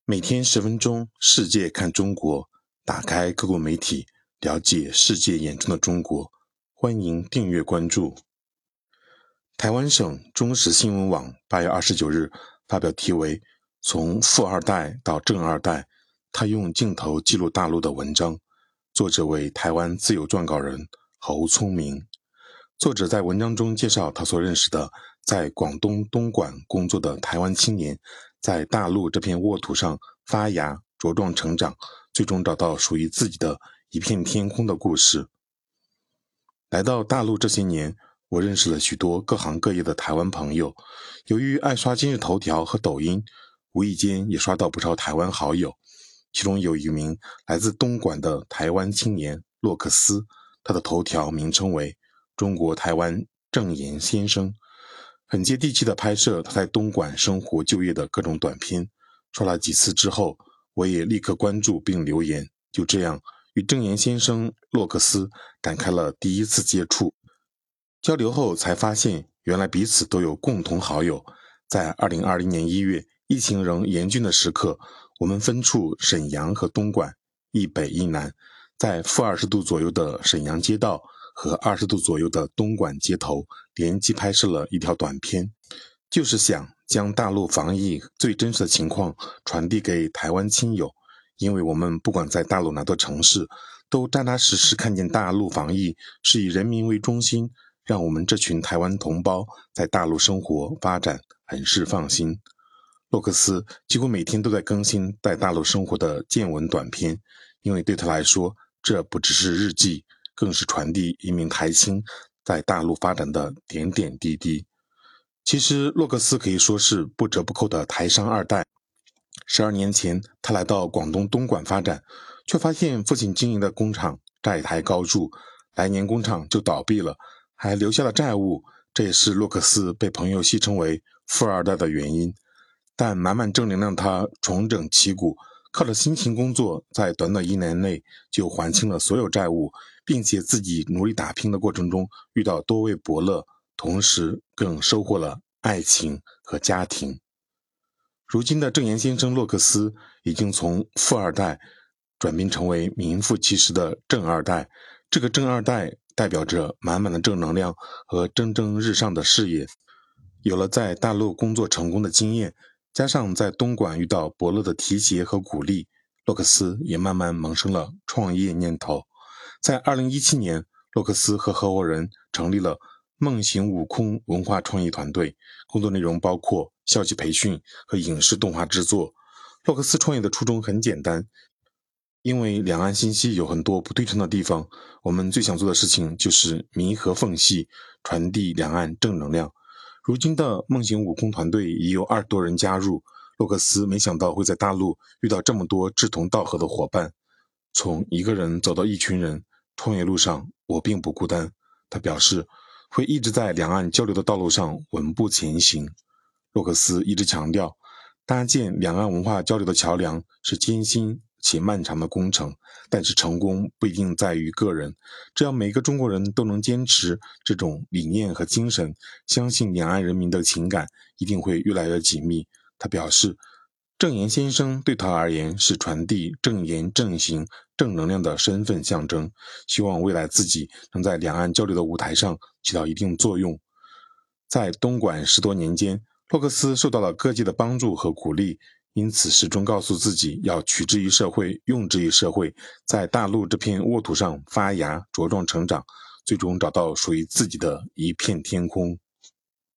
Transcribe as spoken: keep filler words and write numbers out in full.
每天十分钟，世界看中国，打开各国媒体，了解世界眼中的中国。欢迎订阅关注。台湾省中时新闻网八月二十九日发表题为《从富二代到正二代，他用镜头记录大陆》的文章，作者为台湾自由撰稿人侯聪明。作者在文章中介绍他所认识的在广东东莞工作的台湾青年，在大陆这片沃土上发芽茁壮成长，最终找到属于自己的一片天空的故事。来到大陆这些年，我认识了许多各行各业的台湾朋友，由于爱刷今日头条和抖音，无意间也刷到不少台湾好友，其中有一名来自东莞的台湾青年洛克斯，他的头条名称为中国台湾正言先生，很接地气地拍摄他在东莞生活就业的各种短片。刷了几次之后，我也立刻关注并留言，就这样与正言先生洛克斯展开了第一次接触。交流后才发现，原来彼此都有共同好友。在二零二零年一月，疫情仍严峻的时刻，我们分处沈阳和东莞，一北一南，在负二十度左右的沈阳街道和二十度左右的东莞街头连机拍摄了一条短片，就是想将大陆防疫最真实的情况传递给台湾亲友。因为我们不管在大陆哪座城市，都扎扎实实看见大陆防疫是以人民为中心，让我们这群台湾同胞在大陆生活发展很是放心。洛克斯几乎每天都在更新在大陆生活的见闻短片，因为对他来说，这不只是日记，更是传递一名台青在大陆发展的点点滴滴。其实洛克斯可以说是不折不扣的台商二代。十二年前，他来到广东东莞发展，却发现父亲经营的工厂债台高筑，来年工厂就倒闭了，还留下了债务，这也是洛克斯被朋友戏称为富二代的原因。但满满正能量他重整旗鼓，靠着辛勤工作，在短短一年内就还清了所有债务，并且自己努力打拼的过程中遇到多位伯乐，同时更收获了爱情和家庭。如今的正言先生洛克斯已经从富二代转变成为名副其实的正二代，这个正二代代表着满满的正能量和蒸蒸日上的事业。有了在大陆工作成功的经验，加上在东莞遇到伯乐的提携和鼓励，洛克斯也慢慢萌生了创业念头。在二零一七年，洛克斯和合伙人成立了梦行悟空文化创意团队，工作内容包括校际培训和影视动画制作。洛克斯创业的初衷很简单，因为两岸信息有很多不对称的地方，我们最想做的事情就是弥合缝隙，传递两岸正能量。如今的梦行悟空团队已有二十多人加入，洛克斯没想到会在大陆遇到这么多志同道合的伙伴。从一个人走到一群人，创业路上我并不孤单，他表示会一直在两岸交流的道路上稳步前行。洛克斯一直强调，搭建两岸文化交流的桥梁是艰辛且漫长的工程，但是成功不一定在于个人，只要每个中国人都能坚持这种理念和精神，相信两岸人民的情感一定会越来越紧密。他表示，正言先生对他而言是传递正言正行正能量的身份象征，希望未来自己能在两岸交流的舞台上起到一定作用。在东莞十多年间，洛克斯受到了各界的帮助和鼓励，因此始终告诉自己要取之于社会，用之于社会，在大陆这片沃土上发芽茁壮成长，最终找到属于自己的一片天空。